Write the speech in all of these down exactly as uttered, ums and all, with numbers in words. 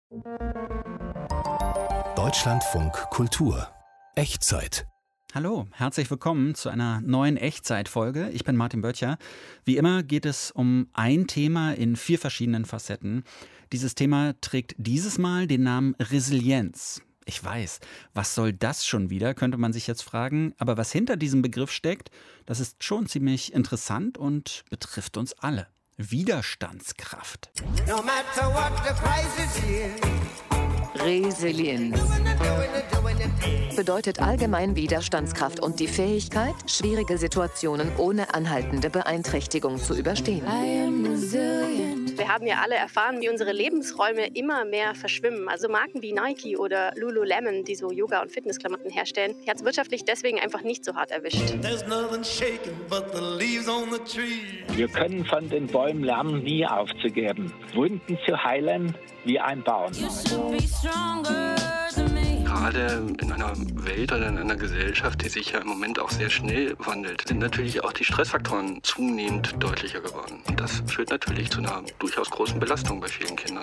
Deutschlandfunk Kultur. Echtzeit. Hallo, herzlich willkommen zu einer neuen Echtzeitfolge. Ich bin Martin Böttcher. Wie immer geht es um ein Thema in vier verschiedenen Facetten. Dieses Thema trägt dieses Mal den Namen Resilienz. Ich weiß, was soll das schon wieder, könnte man sich jetzt fragen. Aber was hinter diesem Begriff steckt, das ist schon ziemlich interessant und betrifft uns alle. Widerstandskraft. No matter what the crisis is. Resilienz bedeutet allgemein Widerstandskraft und die Fähigkeit, schwierige Situationen ohne anhaltende Beeinträchtigung zu überstehen. Wir haben ja alle erfahren, wie unsere Lebensräume immer mehr verschwimmen. Also Marken wie Nike oder Lululemon, die so Yoga- und Fitnessklamotten herstellen, die hat es wirtschaftlich deswegen einfach nicht so hart erwischt. Wir können von den Bäumen lernen, nie aufzugeben. Wunden zu heilen wie ein Baum. Gerade in einer Welt oder in einer Gesellschaft, die sich ja im Moment auch sehr schnell wandelt, sind natürlich auch die Stressfaktoren zunehmend deutlicher geworden. Und das führt natürlich zu einer durchaus großen Belastung bei vielen Kindern.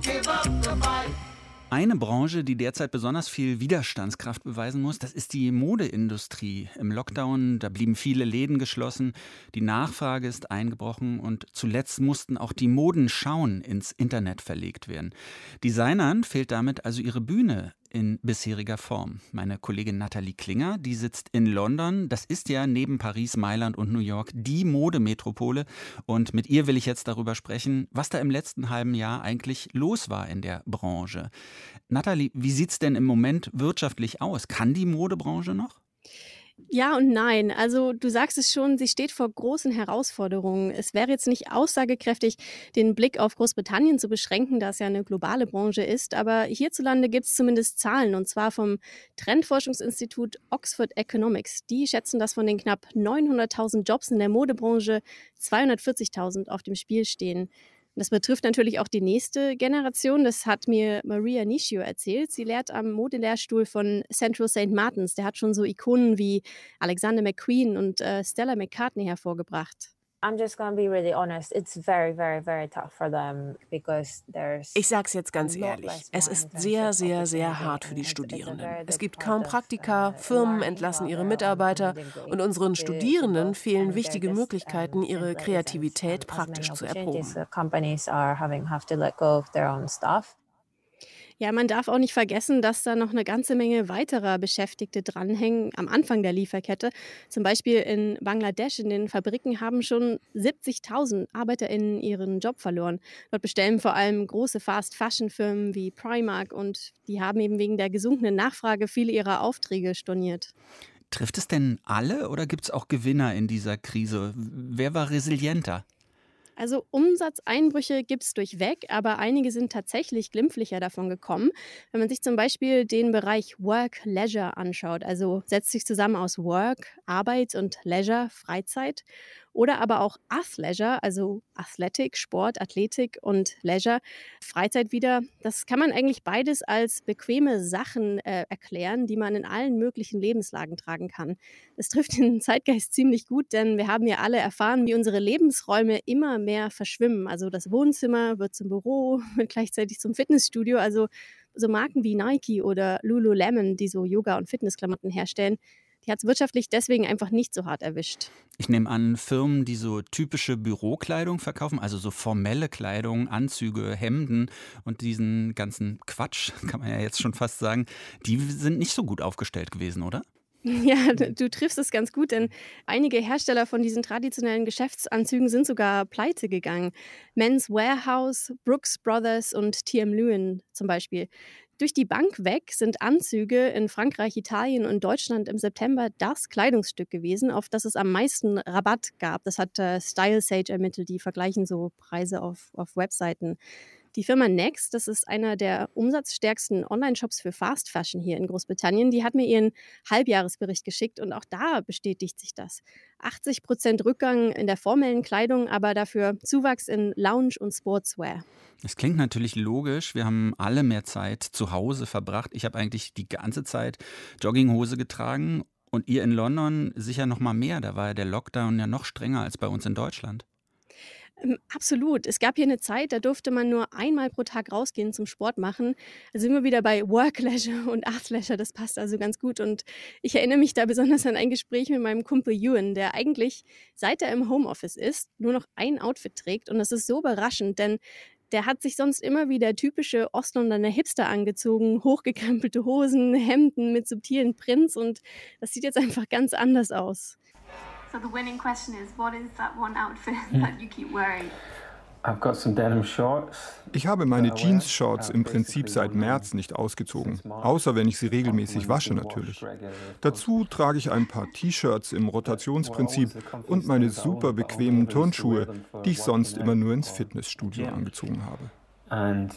Eine Branche, die derzeit besonders viel Widerstandskraft beweisen muss, das ist die Modeindustrie. Im Lockdown, da blieben viele Läden geschlossen, die Nachfrage ist eingebrochen und zuletzt mussten auch die Modenschauen ins Internet verlegt werden. Designern fehlt damit also ihre Bühne in bisheriger Form. Meine Kollegin Nathalie Klinger, die sitzt in London. Das ist ja neben Paris, Mailand und New York die Modemetropole. Und mit ihr will ich jetzt darüber sprechen, was da im letzten halben Jahr eigentlich los war in der Branche. Nathalie, wie sieht es denn im Moment wirtschaftlich aus? Kann die Modebranche noch? Ja und nein. Also du sagst es schon, sie steht vor großen Herausforderungen. Es wäre jetzt nicht aussagekräftig, den Blick auf Großbritannien zu beschränken, da es ja eine globale Branche ist. Aber hierzulande gibt es zumindest Zahlen, und zwar vom Trendforschungsinstitut Oxford Economics. Die schätzen, dass von den knapp neunhunderttausend Jobs in der Modebranche zweihundertvierzigtausend auf dem Spiel stehen. Das betrifft natürlich auch die nächste Generation. Das hat mir Maria Nishio erzählt. Sie lehrt am Modelehrstuhl von Central Saint Martins. Der hat schon so Ikonen wie Alexander McQueen und äh, Stella McCartney hervorgebracht. I'm just gonna be really honest. It's very, very, very tough for them because there's. Ich sag's jetzt ganz ehrlich. Es ist sehr, sehr, sehr hart für die Studierenden. Es gibt kaum Praktika, Firmen entlassen ihre Mitarbeiter und unseren Studierenden fehlen wichtige Möglichkeiten, ihre Kreativität praktisch zu erproben. Ja, man darf auch nicht vergessen, dass da noch eine ganze Menge weiterer Beschäftigte dranhängen am Anfang der Lieferkette. Zum Beispiel in Bangladesch, in den Fabriken haben schon siebzigtausend ArbeiterInnen ihren Job verloren. Dort bestellen vor allem große Fast-Fashion-Firmen wie Primark und die haben eben wegen der gesunkenen Nachfrage viele ihrer Aufträge storniert. Trifft es denn alle oder gibt es auch Gewinner in dieser Krise? Wer war resilienter? Also Umsatzeinbrüche gibt es durchweg, aber einige sind tatsächlich glimpflicher davon gekommen. Wenn man sich zum Beispiel den Bereich Work-Leisure anschaut, also setzt sich zusammen aus Work, Arbeit und Leisure, Freizeit, oder aber auch Athleisure, also Athletic, Sport, Athletik und Leisure, Freizeit wieder. Das kann man eigentlich beides als bequeme Sachen äh, erklären, die man in allen möglichen Lebenslagen tragen kann. Es trifft den Zeitgeist ziemlich gut, denn wir haben ja alle erfahren, wie unsere Lebensräume immer mehr verschwimmen. Also das Wohnzimmer wird zum Büro, wird gleichzeitig zum Fitnessstudio. Also so Marken wie Nike oder Lululemon, die so Yoga- und Fitnessklamotten herstellen, die hat es wirtschaftlich deswegen einfach nicht so hart erwischt. Ich nehme an, Firmen, die so typische Bürokleidung verkaufen, also so formelle Kleidung, Anzüge, Hemden und diesen ganzen Quatsch, kann man ja jetzt schon fast sagen, die sind nicht so gut aufgestellt gewesen, oder? Ja, du triffst es ganz gut, denn einige Hersteller von diesen traditionellen Geschäftsanzügen sind sogar pleite gegangen. Men's Warehouse, Brooks Brothers und T M Lewin zum Beispiel. Durch die Bank weg sind Anzüge in Frankreich, Italien und Deutschland im September das Kleidungsstück gewesen, auf das es am meisten Rabatt gab. Das hat äh, StyleSage ermittelt, die vergleichen so Preise auf, auf Webseiten. Die Firma Next, das ist einer der umsatzstärksten Online-Shops für Fast Fashion hier in Großbritannien, die hat mir ihren Halbjahresbericht geschickt und auch da bestätigt sich das. achtzig Prozent Rückgang in der formellen Kleidung, aber dafür Zuwachs in Lounge- und Sportswear. Das klingt natürlich logisch. Wir haben alle mehr Zeit zu Hause verbracht. Ich habe eigentlich die ganze Zeit Jogginghose getragen und ihr in London sicher noch mal mehr. Da war ja der Lockdown ja noch strenger als bei uns in Deutschland. Ähm, absolut. Es gab hier eine Zeit, da durfte man nur einmal pro Tag rausgehen zum Sport machen. Also immer wieder bei Work Leisure und Athleisure, das passt also ganz gut. Und ich erinnere mich da besonders an ein Gespräch mit meinem Kumpel Ewan, der eigentlich, seit er im Homeoffice ist, nur noch ein Outfit trägt. Und das ist so überraschend, denn der hat sich sonst immer wie der typische Ostlondoner Hipster angezogen, hochgekrempelte Hosen, Hemden mit subtilen Prints und das sieht jetzt einfach ganz anders aus. So the winning question is, what is that one outfit that you keep wearing? Ich habe meine Jeans-Shorts im Prinzip seit März nicht ausgezogen, außer wenn ich sie regelmäßig wasche natürlich. Dazu trage ich ein paar T-Shirts im Rotationsprinzip und meine super bequemen Turnschuhe, die ich sonst immer nur ins Fitnessstudio angezogen habe.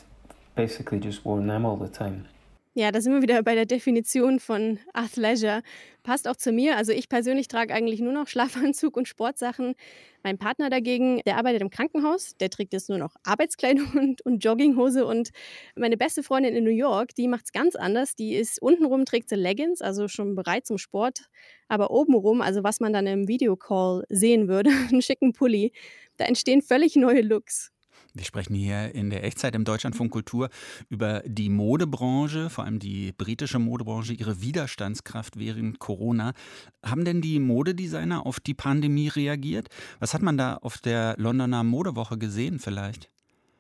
Ja, da sind wir wieder bei der Definition von Athleisure. Passt auch zu mir. Also ich persönlich trage eigentlich nur noch Schlafanzug und Sportsachen. Mein Partner dagegen, der arbeitet im Krankenhaus. Der trägt jetzt nur noch Arbeitskleidung und, und Jogginghose. Und meine beste Freundin in New York, die macht es ganz anders. Die ist untenrum, trägt sie Leggings, also schon bereit zum Sport. Aber obenrum, also was man dann im Videocall sehen würde, einen schicken Pulli. Da entstehen völlig neue Looks. Wir sprechen hier in der Echtzeit im Deutschlandfunk Kultur über die Modebranche, vor allem die britische Modebranche, ihre Widerstandskraft während Corona. Haben denn die Modedesigner auf die Pandemie reagiert? Was hat man da auf der Londoner Modewoche gesehen vielleicht?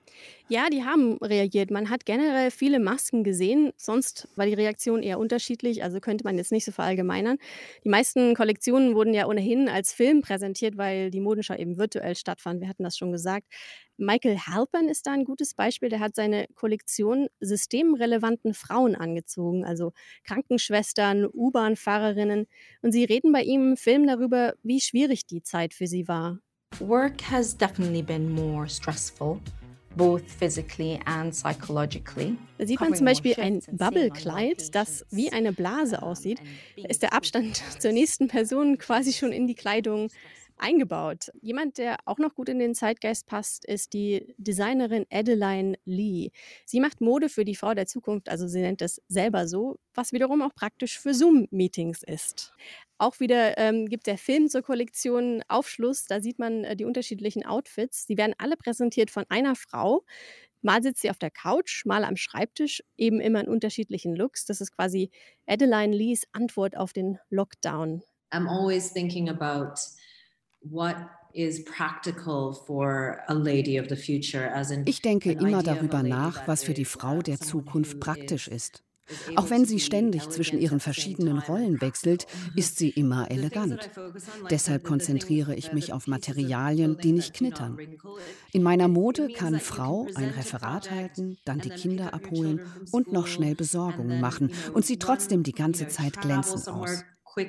Ja, die haben reagiert. Man hat generell viele Masken gesehen. Sonst war die Reaktion eher unterschiedlich, also könnte man jetzt nicht so verallgemeinern. Die meisten Kollektionen wurden ja ohnehin als Film präsentiert, weil die Modenschau eben virtuell stattfand. Wir hatten das schon gesagt. Michael Halpern ist da ein gutes Beispiel. Der hat seine Kollektion systemrelevanten Frauen angezogen, also Krankenschwestern, U-Bahn-Fahrerinnen. Und sie reden bei ihm im Film darüber, wie schwierig die Zeit für sie war. Work has definitely been more stressful. Both physically and psychologically. Da sieht man zum Beispiel ein Bubble-Kleid, das wie eine Blase aussieht. Da ist der Abstand zur nächsten Person quasi schon in die Kleidung eingebaut. Jemand, der auch noch gut in den Zeitgeist passt, ist die Designerin Adeline Lee. Sie macht Mode für die Frau der Zukunft, also sie nennt es selber so, was wiederum auch praktisch für Zoom-Meetings ist. Auch wieder ähm, gibt der Film zur Kollektion Aufschluss, da sieht man äh, die unterschiedlichen Outfits. Die werden alle präsentiert von einer Frau. Mal sitzt sie auf der Couch, mal am Schreibtisch, eben immer in unterschiedlichen Looks. Das ist quasi Adeline Lees Antwort auf den Lockdown. I'm always thinking about what is practical for a lady of the future, as in Ich denke immer darüber nach, was für die Frau der Zukunft praktisch ist. Auch wenn sie ständig zwischen ihren verschiedenen Rollen wechselt, ist sie immer elegant. Deshalb konzentriere ich mich auf Materialien, die nicht knittern. In meiner Mode kann Frau ein Referat halten, dann die Kinder abholen und noch schnell Besorgungen machen und sieht trotzdem die ganze Zeit glänzend aus.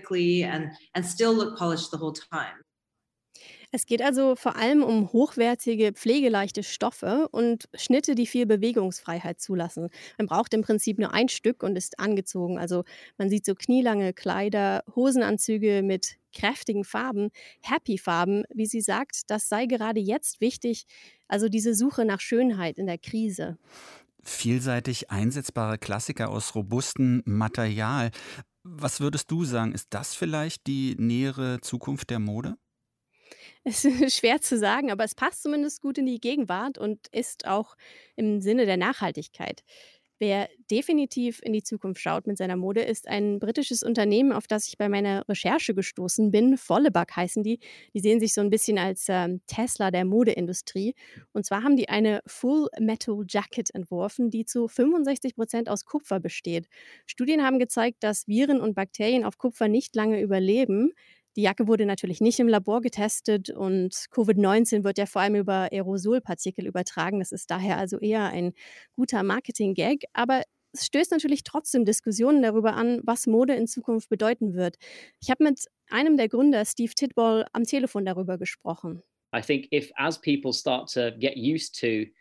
Es geht also vor allem um hochwertige, pflegeleichte Stoffe und Schnitte, die viel Bewegungsfreiheit zulassen. Man braucht im Prinzip nur ein Stück und ist angezogen. Also man sieht so knielange Kleider, Hosenanzüge mit kräftigen Farben, Happy-Farben. Wie sie sagt, das sei gerade jetzt wichtig. Also diese Suche nach Schönheit in der Krise. Vielseitig einsetzbare Klassiker aus robustem Material. Was würdest du sagen, ist das vielleicht die nähere Zukunft der Mode? Es ist schwer zu sagen, aber es passt zumindest gut in die Gegenwart und ist auch im Sinne der Nachhaltigkeit. Wer definitiv in die Zukunft schaut mit seiner Mode, ist ein britisches Unternehmen, auf das ich bei meiner Recherche gestoßen bin. Vollebak heißen die. Die sehen sich so ein bisschen als ähm, Tesla der Modeindustrie. Und zwar haben die eine Full Metal Jacket entworfen, die zu fünfundsechzig Prozent aus Kupfer besteht. Studien haben gezeigt, dass Viren und Bakterien auf Kupfer nicht lange überleben. Die Jacke wurde natürlich nicht im Labor getestet und Covid neunzehn wird ja vor allem über Aerosolpartikel übertragen. Das ist daher also eher ein guter Marketing-Gag. Aber es stößt natürlich trotzdem Diskussionen darüber an, was Mode in Zukunft bedeuten wird. Ich habe mit einem der Gründer, Steve Tidball, am Telefon darüber gesprochen. I think if as people start to get used to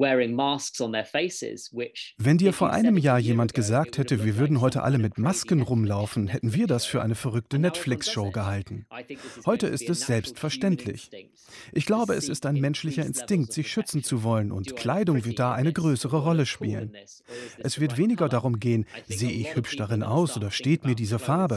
Wenn dir vor einem Jahr jemand gesagt hätte, wir würden heute alle mit Masken rumlaufen, hätten wir das für eine verrückte Netflix-Show gehalten. Heute ist es selbstverständlich. Ich glaube, es ist ein menschlicher Instinkt, sich schützen zu wollen, und Kleidung wird da eine größere Rolle spielen. Es wird weniger darum gehen, sehe ich hübsch darin aus oder steht mir diese Farbe?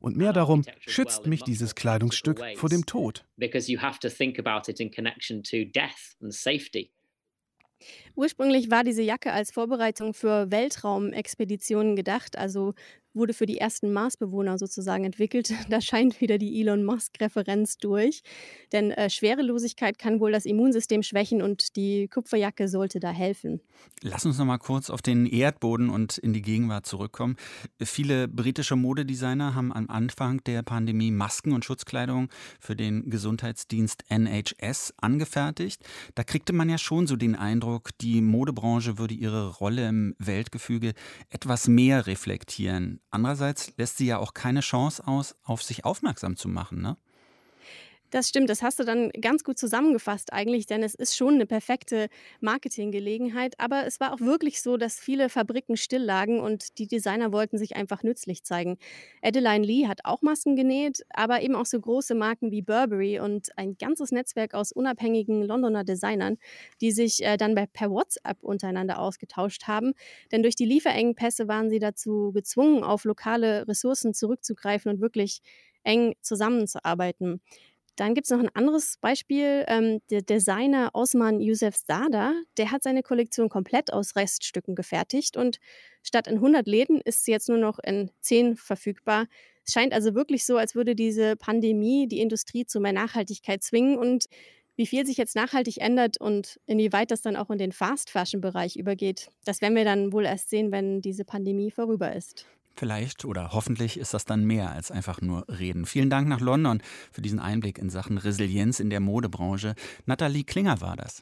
Und mehr darum, schützt mich dieses Kleidungsstück vor dem Tod? Because you have to think about it in connection to death and safety. Ursprünglich war diese Jacke als Vorbereitung für Weltraumexpeditionen gedacht, also wurde für die ersten Marsbewohner sozusagen entwickelt. Da scheint wieder die Elon Musk-Referenz durch. Denn äh, Schwerelosigkeit kann wohl das Immunsystem schwächen und die Kupferjacke sollte da helfen. Lass uns noch mal kurz auf den Erdboden und in die Gegenwart zurückkommen. Viele britische Modedesigner haben am Anfang der Pandemie Masken und Schutzkleidung für den Gesundheitsdienst N H S angefertigt. Da kriegte man ja schon so den Eindruck, die Modebranche würde ihre Rolle im Weltgefüge etwas mehr reflektieren. Andererseits lässt sie ja auch keine Chance aus, auf sich aufmerksam zu machen, ne? Das stimmt, das hast du dann ganz gut zusammengefasst eigentlich, denn es ist schon eine perfekte Marketinggelegenheit. Aber es war auch wirklich so, dass viele Fabriken stilllagen und die Designer wollten sich einfach nützlich zeigen. Adeline Lee hat auch Masken genäht, aber eben auch so große Marken wie Burberry und ein ganzes Netzwerk aus unabhängigen Londoner Designern, die sich äh, dann bei, per WhatsApp untereinander ausgetauscht haben. Denn durch die Lieferengpässe waren sie dazu gezwungen, auf lokale Ressourcen zurückzugreifen und wirklich eng zusammenzuarbeiten. Dann gibt es noch ein anderes Beispiel. Ähm, der Designer Osman Yousefzada, der hat seine Kollektion komplett aus Reststücken gefertigt und statt in hundert Läden ist sie jetzt nur noch in zehn verfügbar. Es scheint also wirklich so, als würde diese Pandemie die Industrie zu mehr Nachhaltigkeit zwingen und wie viel sich jetzt nachhaltig ändert und inwieweit das dann auch in den Fast-Fashion-Bereich übergeht, das werden wir dann wohl erst sehen, wenn diese Pandemie vorüber ist. Vielleicht oder hoffentlich ist das dann mehr als einfach nur reden. Vielen Dank nach London für diesen Einblick in Sachen Resilienz in der Modebranche. Nathalie Klinger war das.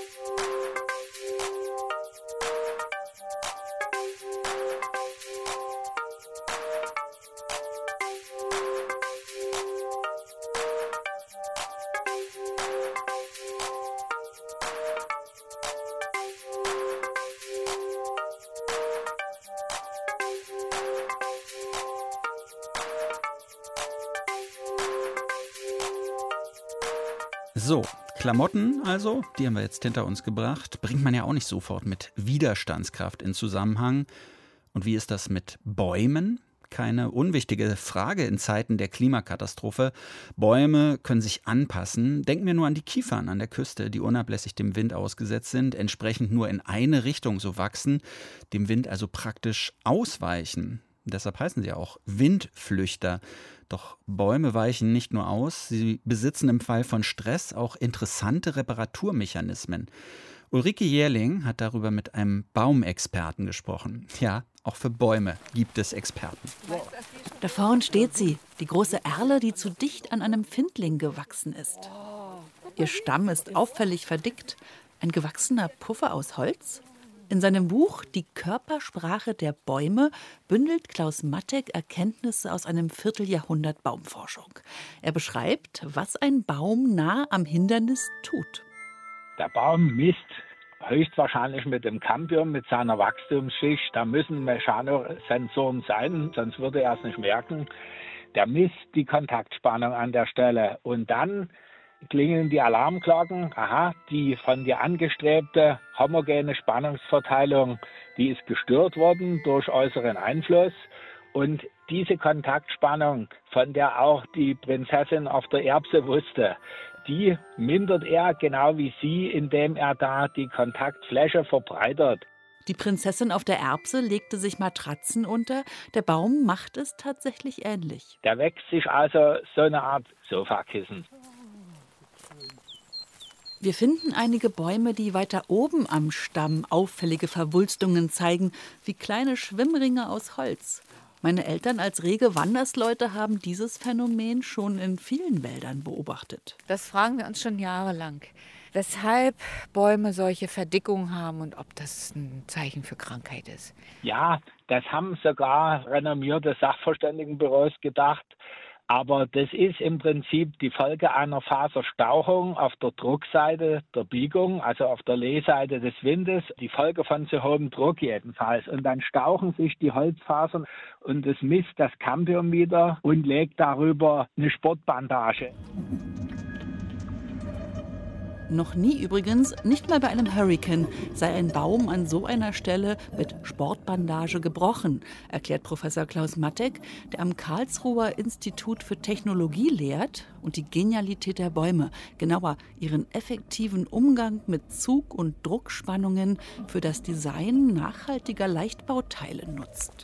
So, Klamotten also, die haben wir jetzt hinter uns gebracht, bringt man ja auch nicht sofort mit Widerstandskraft in Zusammenhang. Und wie ist das mit Bäumen? Keine unwichtige Frage in Zeiten der Klimakatastrophe. Bäume können sich anpassen. Denken wir nur an die Kiefern an der Küste, die unablässig dem Wind ausgesetzt sind, entsprechend nur in eine Richtung so wachsen, dem Wind also praktisch ausweichen. Deshalb heißen sie auch Windflüchter. Doch Bäume weichen nicht nur aus, sie besitzen im Fall von Stress auch interessante Reparaturmechanismen. Ulrike Jährling hat darüber mit einem Baumexperten gesprochen. Ja, auch für Bäume gibt es Experten. Da vorn steht sie, die große Erle, die zu dicht an einem Findling gewachsen ist. Ihr Stamm ist auffällig verdickt, ein gewachsener Puffer aus Holz. In seinem Buch »Die Körpersprache der Bäume« bündelt Klaus Mattek Erkenntnisse aus einem Vierteljahrhundert Baumforschung. Er beschreibt, was ein Baum nah am Hindernis tut. Der Baum misst höchstwahrscheinlich mit dem Cambium, mit seiner Wachstumsschicht. Da müssen Mechanosensoren sein, sonst würde er es nicht merken. Der misst die Kontaktspannung an der Stelle und dann klingeln die Alarmglocken. Aha, die von dir angestrebte homogene Spannungsverteilung, die ist gestört worden durch äußeren Einfluss. Und diese Kontaktspannung, von der auch die Prinzessin auf der Erbse wusste, die mindert er genau wie sie, indem er da die Kontaktfläche verbreitert. Die Prinzessin auf der Erbse legte sich Matratzen unter. Der Baum macht es tatsächlich ähnlich. Der wächst sich also so eine Art Sofakissen. Wir finden einige Bäume, die weiter oben am Stamm auffällige Verwulstungen zeigen, wie kleine Schwimmringe aus Holz. Meine Eltern als rege Wandersleute haben dieses Phänomen schon in vielen Wäldern beobachtet. Das fragen wir uns schon jahrelang, weshalb Bäume solche Verdickungen haben und ob das ein Zeichen für Krankheit ist. Ja, das haben sogar renommierte Sachverständigenbüros gedacht. Aber das ist im Prinzip die Folge einer Faserstauchung auf der Druckseite der Biegung, also auf der Lehseite des Windes, die Folge von zu hohem Druck jedenfalls. Und dann stauchen sich die Holzfasern und es misst das Cambium wieder und legt darüber eine Sportbandage. Noch nie übrigens, nicht mal bei einem Hurrikan, sei ein Baum an so einer Stelle mit Sportbandage gebrochen, erklärt Professor Klaus Mattek, der am Karlsruher Institut für Technologie lehrt und die Genialität der Bäume, genauer ihren effektiven Umgang mit Zug- und Druckspannungen für das Design nachhaltiger Leichtbauteile nutzt.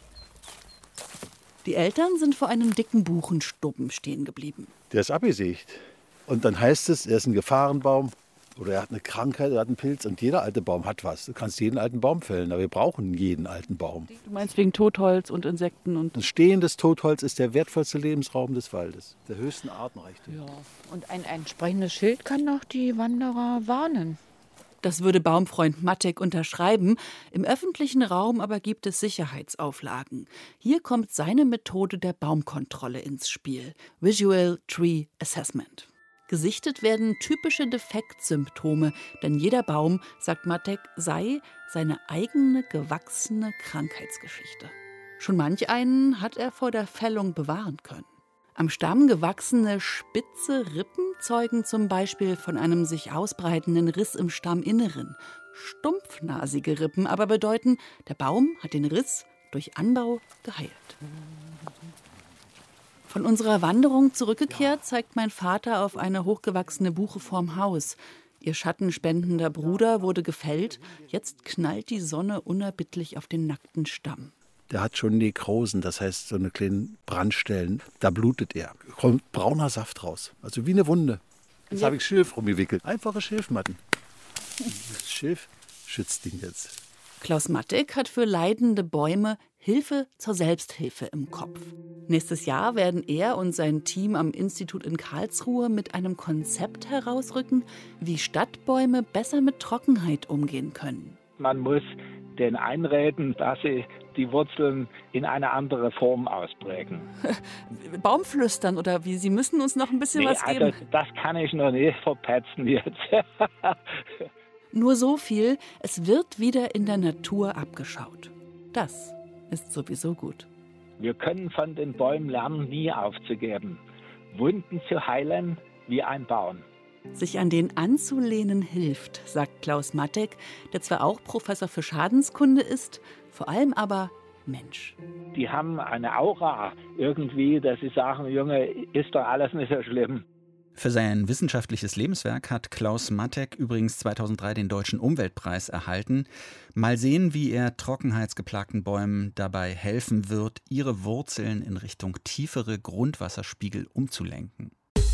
Die Eltern sind vor einem dicken Buchenstubben stehen geblieben. Der ist abgesägt. Und dann heißt es, er ist ein Gefahrenbaum oder er hat eine Krankheit, er hat einen Pilz. Und jeder alte Baum hat was. Du kannst jeden alten Baum fällen, aber wir brauchen jeden alten Baum. Du meinst wegen Totholz und Insekten? Und ein stehendes Totholz ist der wertvollste Lebensraum des Waldes, der höchsten Artenreichtum. Ja. Und ein entsprechendes Schild kann doch die Wanderer warnen. Das würde Baumfreund Mattek unterschreiben. Im öffentlichen Raum aber gibt es Sicherheitsauflagen. Hier kommt seine Methode der Baumkontrolle ins Spiel: Visual Tree Assessment. Gesichtet werden typische Defektsymptome, denn jeder Baum, sagt Mattek, sei seine eigene gewachsene Krankheitsgeschichte. Schon manch einen hat er vor der Fällung bewahren können. Am Stamm gewachsene spitze Rippen zeugen zum Beispiel von einem sich ausbreitenden Riss im Stamminneren. Stumpfnasige Rippen aber bedeuten, der Baum hat den Riss durch Anbau geheilt. Von unserer Wanderung zurückgekehrt, zeigt mein Vater auf eine hochgewachsene Buche vorm Haus. Ihr schattenspendender Bruder wurde gefällt. Jetzt knallt die Sonne unerbittlich auf den nackten Stamm. Der hat schon Nekrosen, das heißt so eine kleine Brandstellen. Da blutet er. Kommt brauner Saft raus. Also wie eine Wunde. Jetzt ja. habe ich Schilf rumgewickelt. Einfache Schilfmatten. Das Schilf schützt ihn jetzt. Klaus Mattek hat für leidende Bäume Hilfe zur Selbsthilfe im Kopf. Nächstes Jahr werden er und sein Team am Institut in Karlsruhe mit einem Konzept herausrücken, wie Stadtbäume besser mit Trockenheit umgehen können. Man muss den einreden, dass sie die Wurzeln in eine andere Form ausprägen. Baumflüstern oder wie? Sie müssen uns noch ein bisschen nee, was geben. Also das kann ich noch nicht verpetzen jetzt. Nur so viel, es wird wieder in der Natur abgeschaut. Das ist sowieso gut. Wir können von den Bäumen lernen, nie aufzugeben. Wunden zu heilen wie ein Baum. Sich an den anzulehnen hilft, sagt Klaus Mattek, der zwar auch Professor für Schadenskunde ist, vor allem aber Mensch. Die haben eine Aura irgendwie, dass sie sagen, Junge, ist doch alles nicht so schlimm. Für sein wissenschaftliches Lebenswerk hat Klaus Mattek übrigens zweitausenddrei den Deutschen Umweltpreis erhalten. Mal sehen, wie er trockenheitsgeplagten Bäumen dabei helfen wird, ihre Wurzeln in Richtung tiefere Grundwasserspiegel umzulenken.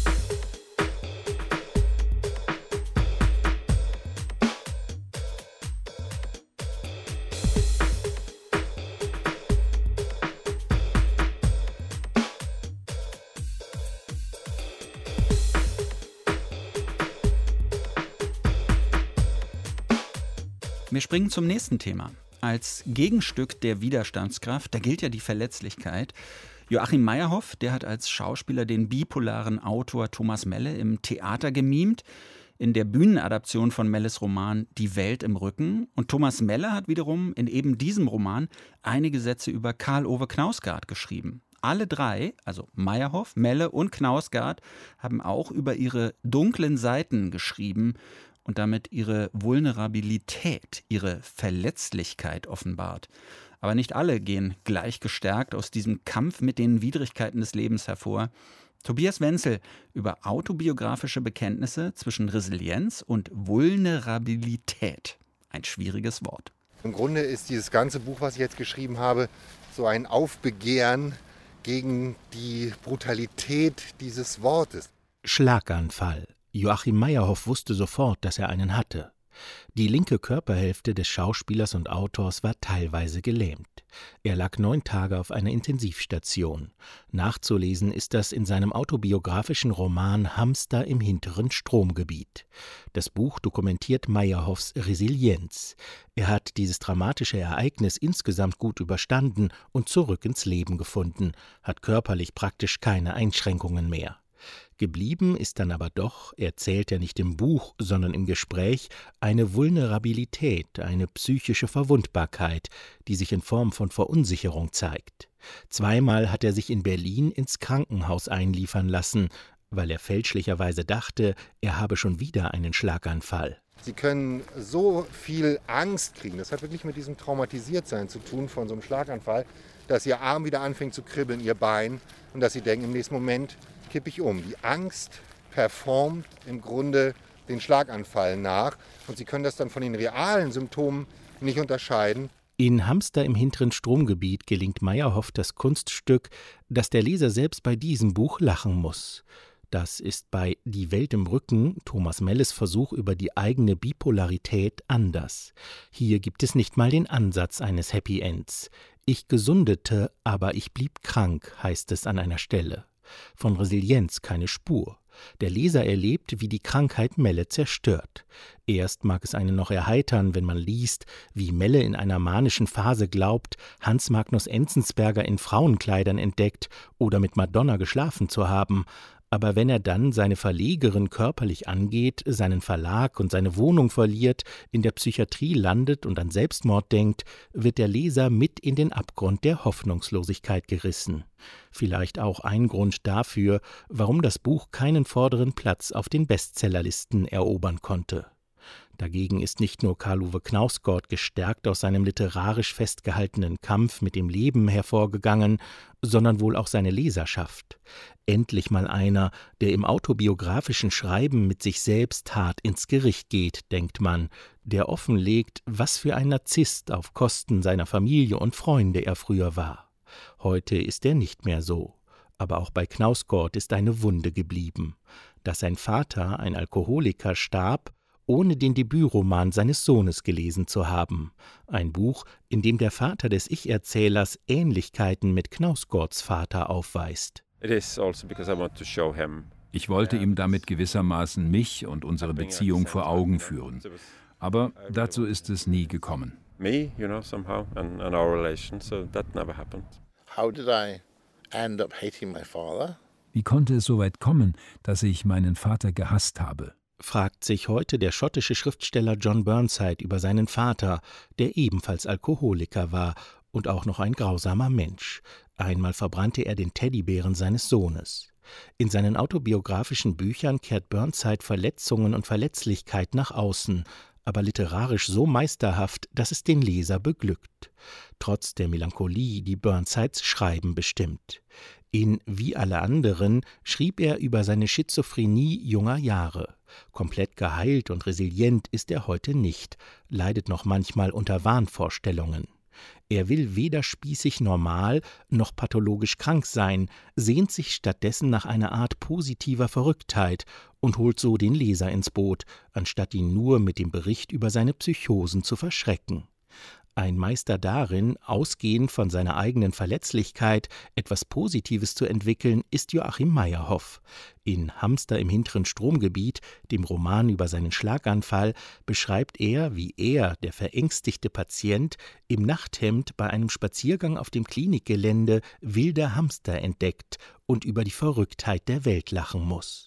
Wir springen zum nächsten Thema. Als Gegenstück der Widerstandskraft, da gilt ja die Verletzlichkeit. Joachim Meyerhoff, der hat als Schauspieler den bipolaren Autor Thomas Melle im Theater gemimt, in der Bühnenadaption von Melles Roman Die Welt im Rücken. Und Thomas Melle hat wiederum in eben diesem Roman einige Sätze über Karl Ove Knausgard geschrieben. Alle drei, also Meyerhoff, Melle und Knausgard, haben auch über ihre dunklen Seiten geschrieben und damit ihre Vulnerabilität, ihre Verletzlichkeit offenbart. Aber nicht alle gehen gleich gestärkt aus diesem Kampf mit den Widrigkeiten des Lebens hervor. Tobias Wenzel über autobiografische Bekenntnisse zwischen Resilienz und Vulnerabilität. Ein schwieriges Wort. Im Grunde ist dieses ganze Buch, was ich jetzt geschrieben habe, so ein Aufbegehren gegen die Brutalität dieses Wortes. Schlaganfall. Joachim Meyerhoff wusste sofort, dass er einen hatte. Die linke Körperhälfte des Schauspielers und Autors war teilweise gelähmt. Er lag neun Tage auf einer Intensivstation. Nachzulesen ist das in seinem autobiografischen Roman Hamster im hinteren Stromgebiet. Das Buch dokumentiert Meyerhoffs Resilienz. Er hat dieses dramatische Ereignis insgesamt gut überstanden und zurück ins Leben gefunden, hat körperlich praktisch keine Einschränkungen mehr. Geblieben ist dann aber doch, erzählt er nicht im Buch, sondern im Gespräch, eine Vulnerabilität, eine psychische Verwundbarkeit, die sich in Form von Verunsicherung zeigt. Zweimal hat er sich in Berlin ins Krankenhaus einliefern lassen, weil er fälschlicherweise dachte, er habe schon wieder einen Schlaganfall. Sie können so viel Angst kriegen, das hat wirklich mit diesem Traumatisiertsein zu tun von so einem Schlaganfall, dass Ihr Arm wieder anfängt zu kribbeln, Ihr Bein, und dass Sie denken, im nächsten Moment kippe ich um. Die Angst performt im Grunde den Schlaganfall nach und Sie können das dann von den realen Symptomen nicht unterscheiden. In Hamster im hinteren Stromgebiet gelingt Meyerhoff das Kunststück, dass der Leser selbst bei diesem Buch lachen muss. Das ist bei Die Welt im Rücken, Thomas Melles Versuch über die eigene Bipolarität, anders. Hier gibt es nicht mal den Ansatz eines Happy Ends. Ich gesundete, aber ich blieb krank, heißt es an einer Stelle. Von Resilienz keine Spur. Der Leser erlebt, wie die Krankheit Melle zerstört. Erst mag es einen noch erheitern, wenn man liest, wie Melle in einer manischen Phase glaubt, Hans Magnus Enzensberger in Frauenkleidern entdeckt oder mit Madonna geschlafen zu haben. Aber wenn er dann seine Verlegerin körperlich angeht, seinen Verlag und seine Wohnung verliert, in der Psychiatrie landet und an Selbstmord denkt, wird der Leser mit in den Abgrund der Hoffnungslosigkeit gerissen. Vielleicht auch ein Grund dafür, warum das Buch keinen vorderen Platz auf den Bestsellerlisten erobern konnte. Dagegen ist nicht nur Karl-Uwe Knausgård gestärkt aus seinem literarisch festgehaltenen Kampf mit dem Leben hervorgegangen, sondern wohl auch seine Leserschaft. Endlich mal einer, der im autobiografischen Schreiben mit sich selbst hart ins Gericht geht, denkt man, der offenlegt, was für ein Narzisst auf Kosten seiner Familie und Freunde er früher war. Heute ist er nicht mehr so. Aber auch bei Knausgård ist eine Wunde geblieben. Dass sein Vater, ein Alkoholiker, starb, ohne den Debütroman seines Sohnes gelesen zu haben. Ein Buch, in dem der Vater des Ich-Erzählers Ähnlichkeiten mit Knausgårds Vater aufweist. Ich wollte ihm damit gewissermaßen mich und unsere Beziehung vor Augen führen. Aber dazu ist es nie gekommen. Me, you know, somehow, and, and our relation, so that never happened. How did I end up hating my father? Wie konnte es so weit kommen, dass ich meinen Vater gehasst habe? Fragt sich heute der schottische Schriftsteller John Burnside über seinen Vater, der ebenfalls Alkoholiker war und auch noch ein grausamer Mensch. Einmal verbrannte er den Teddybären seines Sohnes. In seinen autobiografischen Büchern kehrt Burnside Verletzungen und Verletzlichkeit nach außen, aber literarisch so meisterhaft, dass es den Leser beglückt. Trotz der Melancholie, die Burnsides Schreiben bestimmt. In Wie alle anderen schrieb er über seine Schizophrenie junger Jahre. Komplett geheilt und resilient ist er heute nicht, leidet noch manchmal unter Wahnvorstellungen. Er will weder spießig normal noch pathologisch krank sein, sehnt sich stattdessen nach einer Art positiver Verrücktheit und holt so den Leser ins Boot, anstatt ihn nur mit dem Bericht über seine Psychosen zu verschrecken. Ein Meister darin, ausgehend von seiner eigenen Verletzlichkeit etwas Positives zu entwickeln, ist Joachim Meyerhoff. In Hamster im hinteren Stromgebiet, dem Roman über seinen Schlaganfall, beschreibt er, wie er, der verängstigte Patient, im Nachthemd bei einem Spaziergang auf dem Klinikgelände wilde Hamster entdeckt und über die Verrücktheit der Welt lachen muss.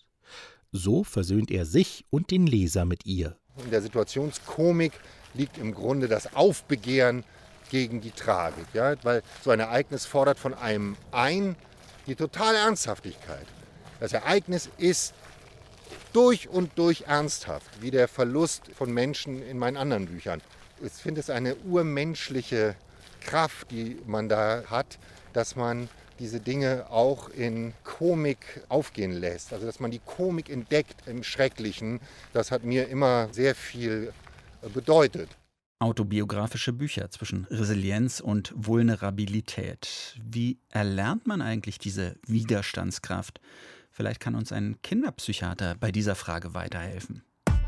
So versöhnt er sich und den Leser mit ihr. In der Situationskomik liegt im Grunde das Aufbegehren gegen die Tragik. Ja? Weil so ein Ereignis fordert von einem ein die totale Ernsthaftigkeit. Das Ereignis ist durch und durch ernsthaft, wie der Verlust von Menschen in meinen anderen Büchern. Ich finde es eine urmenschliche Kraft, die man da hat, dass man diese Dinge auch in Komik aufgehen lässt. Also dass man die Komik entdeckt im Schrecklichen, das hat mir immer sehr viel bedeutet. Autobiografische Bücher zwischen Resilienz und Vulnerabilität. Wie erlernt man eigentlich diese Widerstandskraft? Vielleicht kann uns ein Kinderpsychiater bei dieser Frage weiterhelfen.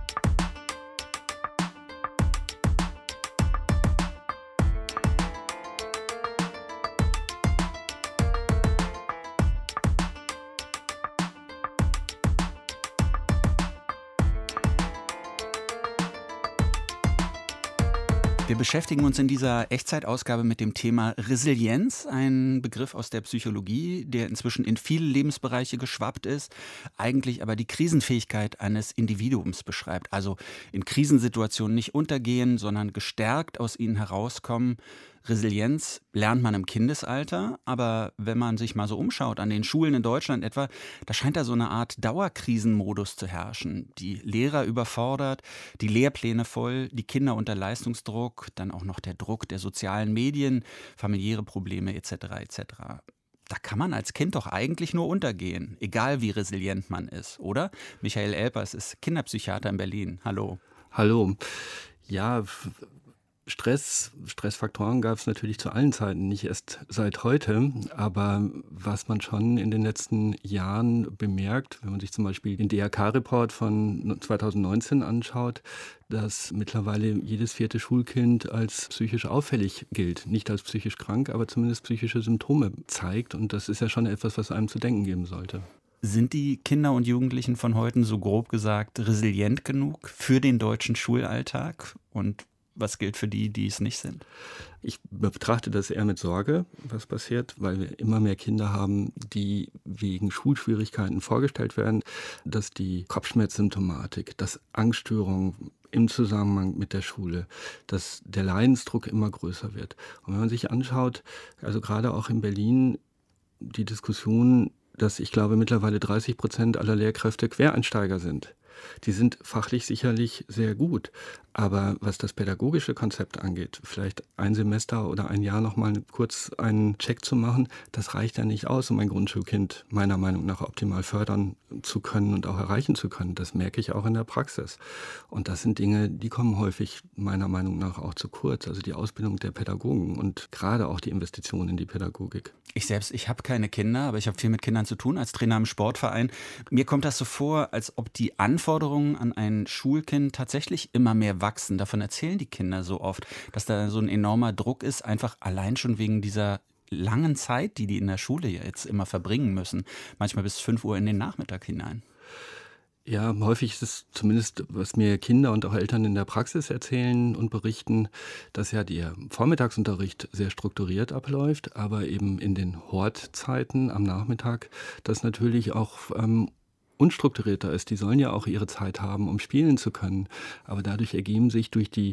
Wir beschäftigen uns in dieser Echtzeitausgabe mit dem Thema Resilienz, ein Begriff aus der Psychologie, der inzwischen in viele Lebensbereiche geschwappt ist, eigentlich aber die Krisenfähigkeit eines Individuums beschreibt. Also in Krisensituationen nicht untergehen, sondern gestärkt aus ihnen herauskommen, Resilienz lernt man im Kindesalter, aber wenn man sich mal so umschaut an den Schulen in Deutschland etwa, da scheint da so eine Art Dauerkrisenmodus zu herrschen. Die Lehrer überfordert, die Lehrpläne voll, die Kinder unter Leistungsdruck, dann auch noch der Druck der sozialen Medien, familiäre Probleme et cetera et cetera. Da kann man als Kind doch eigentlich nur untergehen, egal wie resilient man ist, oder? Michael Elpers ist Kinderpsychiater in Berlin. Hallo. Hallo. Ja, Stress, Stressfaktoren gab es natürlich zu allen Zeiten, nicht erst seit heute. Aber was man schon in den letzten Jahren bemerkt, wenn man sich zum Beispiel den D R K-Report von zweitausendneunzehn anschaut, dass mittlerweile jedes vierte Schulkind als psychisch auffällig gilt. Nicht als psychisch krank, aber zumindest psychische Symptome zeigt. Und das ist ja schon etwas, was einem zu denken geben sollte. Sind die Kinder und Jugendlichen von heute, so grob gesagt, resilient genug für den deutschen Schulalltag? Und was gilt für die, die es nicht sind? Ich betrachte das eher mit Sorge, was passiert, weil wir immer mehr Kinder haben, die wegen Schulschwierigkeiten vorgestellt werden, dass die Kopfschmerzsymptomatik, dass Angststörungen im Zusammenhang mit der Schule, dass der Leidensdruck immer größer wird. Und wenn man sich anschaut, also gerade auch in Berlin, die Diskussion, dass ich glaube mittlerweile dreißig Prozent aller Lehrkräfte Quereinsteiger sind. Die sind fachlich sicherlich sehr gut, aber was das pädagogische Konzept angeht, vielleicht ein Semester oder ein Jahr noch mal kurz einen Check zu machen, das reicht ja nicht aus, um ein Grundschulkind meiner Meinung nach optimal fördern zu können und auch erreichen zu können. Das merke ich auch in der Praxis. Und das sind Dinge, die kommen häufig meiner Meinung nach auch zu kurz. Also die Ausbildung der Pädagogen und gerade auch die Investition in die Pädagogik. Ich selbst, ich habe keine Kinder, aber ich habe viel mit Kindern zu tun als Trainer im Sportverein. Mir kommt das so vor, als ob die Anforderungen an ein Schulkind tatsächlich immer mehr wachsen. Davon erzählen die Kinder so oft, dass da so ein enormer Druck ist, einfach allein schon wegen dieser langen Zeit, die die in der Schule jetzt immer verbringen müssen. Manchmal bis fünf Uhr in den Nachmittag hinein. Ja, häufig ist es zumindest, was mir Kinder und auch Eltern in der Praxis erzählen und berichten, dass ja der Vormittagsunterricht sehr strukturiert abläuft, aber eben in den Hortzeiten am Nachmittag das natürlich auch ähm, unstrukturierter ist. Die sollen ja auch ihre Zeit haben, um spielen zu können. Aber dadurch ergeben sich durch die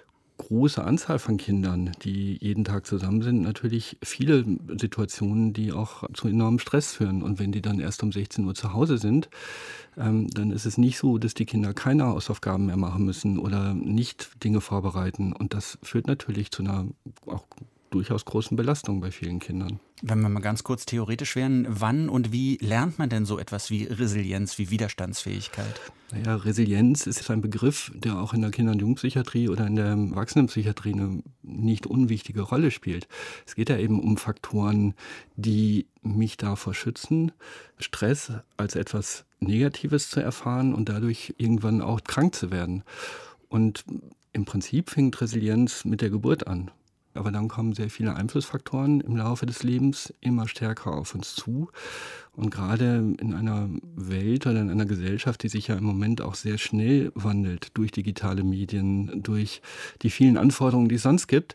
große Anzahl von Kindern, die jeden Tag zusammen sind, natürlich viele Situationen, die auch zu enormem Stress führen. Und wenn die dann erst um sechzehn Uhr zu Hause sind, ähm, dann ist es nicht so, dass die Kinder keine Hausaufgaben mehr machen müssen oder nicht Dinge vorbereiten. Und das führt natürlich zu einer auch durchaus großen Belastung bei vielen Kindern. Wenn wir mal ganz kurz theoretisch wären, wann und wie lernt man denn so etwas wie Resilienz, wie Widerstandsfähigkeit? Naja, Resilienz ist ein Begriff, der auch in der Kinder- und Jugendpsychiatrie oder in der Erwachsenenpsychiatrie eine nicht unwichtige Rolle spielt. Es geht ja eben um Faktoren, die mich davor schützen, Stress als etwas Negatives zu erfahren und dadurch irgendwann auch krank zu werden. Und im Prinzip fängt Resilienz mit der Geburt an. Aber dann kommen sehr viele Einflussfaktoren im Laufe des Lebens immer stärker auf uns zu. Und gerade in einer Welt oder in einer Gesellschaft, die sich ja im Moment auch sehr schnell wandelt, durch digitale Medien, durch die vielen Anforderungen, die es sonst gibt,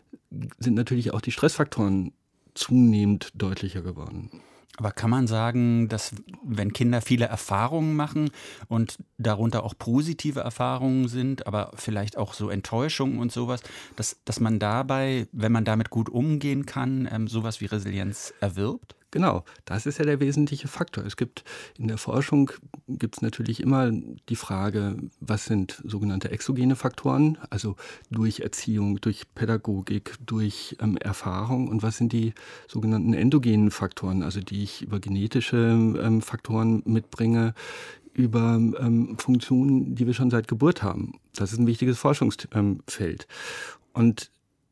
sind natürlich auch die Stressfaktoren zunehmend deutlicher geworden. Aber kann man sagen, dass wenn Kinder viele Erfahrungen machen und darunter auch positive Erfahrungen sind, aber vielleicht auch so Enttäuschungen und sowas, dass, dass man dabei, wenn man damit gut umgehen kann, ähm, sowas wie Resilienz erwirbt? Genau, das ist ja der wesentliche Faktor. Es gibt in der Forschung gibt es natürlich immer die Frage, was sind sogenannte exogene Faktoren, also durch Erziehung, durch Pädagogik, durch ähm, Erfahrung, und was sind die sogenannten endogenen Faktoren, also die ich über genetische ähm, Faktoren mitbringe, über ähm, Funktionen, die wir schon seit Geburt haben. Das ist ein wichtiges Forschungsfeld. Und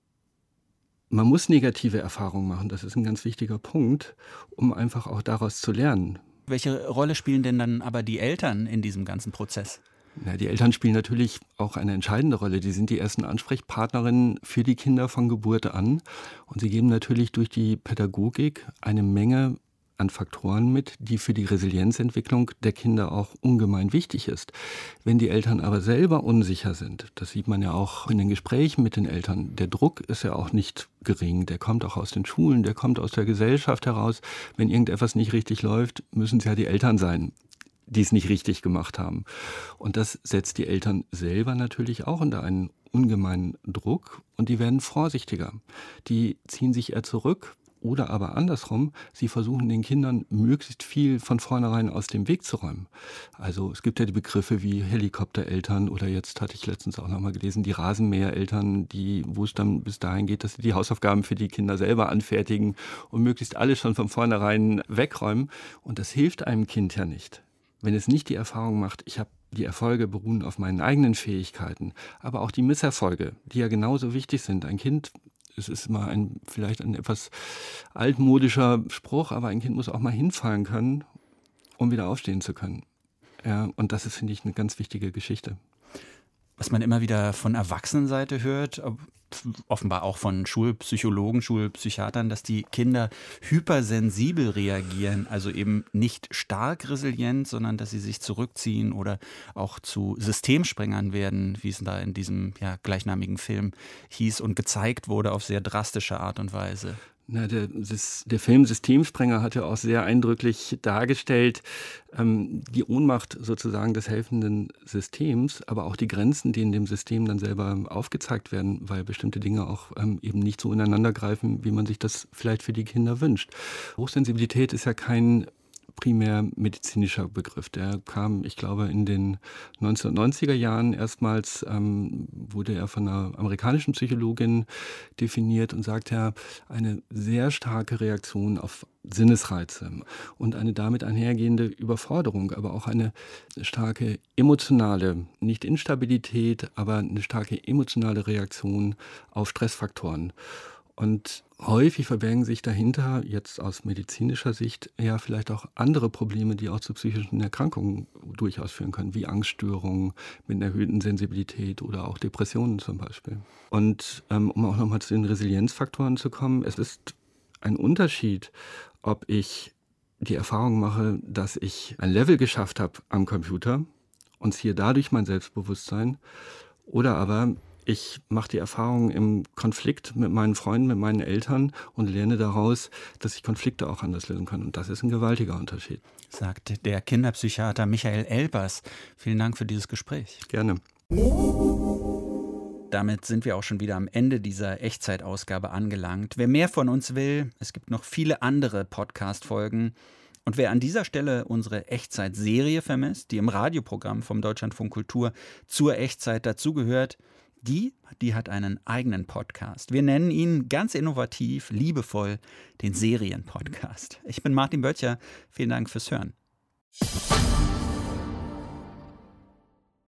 man muss negative Erfahrungen machen, das ist ein ganz wichtiger Punkt, um einfach auch daraus zu lernen. Welche Rolle spielen denn dann aber die Eltern in diesem ganzen Prozess? Ja, die Eltern spielen natürlich auch eine entscheidende Rolle. Die sind die ersten Ansprechpartnerinnen für die Kinder von Geburt an. Und sie geben natürlich durch die Pädagogik eine Menge an Faktoren mit, die für die Resilienzentwicklung der Kinder auch ungemein wichtig ist. Wenn die Eltern aber selber unsicher sind, das sieht man ja auch in den Gesprächen mit den Eltern, der Druck ist ja auch nicht gering, der kommt auch aus den Schulen, der kommt aus der Gesellschaft heraus. Wenn irgendetwas nicht richtig läuft, müssen es ja die Eltern sein, die es nicht richtig gemacht haben. Und das setzt die Eltern selber natürlich auch unter einen ungemeinen Druck und die werden vorsichtiger. Die ziehen sich eher zurück. Oder aber andersrum, sie versuchen den Kindern möglichst viel von vornherein aus dem Weg zu räumen. Also es gibt ja die Begriffe wie Helikoptereltern oder jetzt hatte ich letztens auch noch mal gelesen, die Rasenmähereltern, die, wo es dann bis dahin geht, dass sie die Hausaufgaben für die Kinder selber anfertigen und möglichst alles schon von vornherein wegräumen. Und das hilft einem Kind ja nicht. Wenn es nicht die Erfahrung macht, ich habe die Erfolge beruhen auf meinen eigenen Fähigkeiten, aber auch die Misserfolge, die ja genauso wichtig sind. Ein Kind, es ist mal ein, vielleicht ein etwas altmodischer Spruch, aber ein Kind muss auch mal hinfallen können, um wieder aufstehen zu können. Ja, und das ist, finde ich, eine ganz wichtige Geschichte. Was man immer wieder von Erwachsenenseite hört, offenbar auch von Schulpsychologen, Schulpsychiatern, dass die Kinder hypersensibel reagieren, also eben nicht stark resilient, sondern dass sie sich zurückziehen oder auch zu Systemsprengern werden, wie es da in diesem ja, gleichnamigen Film hieß und gezeigt wurde auf sehr drastische Art und Weise. Na, der, das, der Film Systemsprenger hat ja auch sehr eindrücklich dargestellt, ähm, die Ohnmacht sozusagen des helfenden Systems, aber auch die Grenzen, die in dem System dann selber aufgezeigt werden, weil bestimmte Dinge auch ähm, eben nicht so ineinander greifen, wie man sich das vielleicht für die Kinder wünscht. Hochsensibilität ist ja kein primär medizinischer Begriff. Der kam, ich glaube, in den neunzehnhundertneunziger Jahren erstmals, ähm, wurde er von einer amerikanischen Psychologin definiert und sagt ja, eine sehr starke Reaktion auf Sinnesreize und eine damit einhergehende Überforderung, aber auch eine starke emotionale, nicht Instabilität, aber eine starke emotionale Reaktion auf Stressfaktoren. Und häufig verbergen sich dahinter, jetzt aus medizinischer Sicht, ja vielleicht auch andere Probleme, die auch zu psychischen Erkrankungen durchaus führen können, wie Angststörungen mit einer erhöhten Sensibilität oder auch Depressionen zum Beispiel. Und ähm, um auch nochmal zu den Resilienzfaktoren zu kommen, es ist ein Unterschied, ob ich die Erfahrung mache, dass ich ein Level geschafft habe am Computer und ziehe dadurch mein Selbstbewusstsein, oder aber ich mache die Erfahrung im Konflikt mit meinen Freunden, mit meinen Eltern und lerne daraus, dass ich Konflikte auch anders lösen kann. Und das ist ein gewaltiger Unterschied. Sagt der Kinderpsychiater Michael Elbers. Vielen Dank für dieses Gespräch. Gerne. Damit sind wir auch schon wieder am Ende dieser Echtzeitausgabe angelangt. Wer mehr von uns will, es gibt noch viele andere Podcast-Folgen. Und wer an dieser Stelle unsere Echtzeit-Serie vermisst, die im Radioprogramm vom Deutschlandfunk Kultur zur Echtzeit dazugehört, Die, die hat einen eigenen Podcast. Wir nennen ihn ganz innovativ, liebevoll den Serienpodcast. Ich bin Martin Böttcher. Vielen Dank fürs Hören.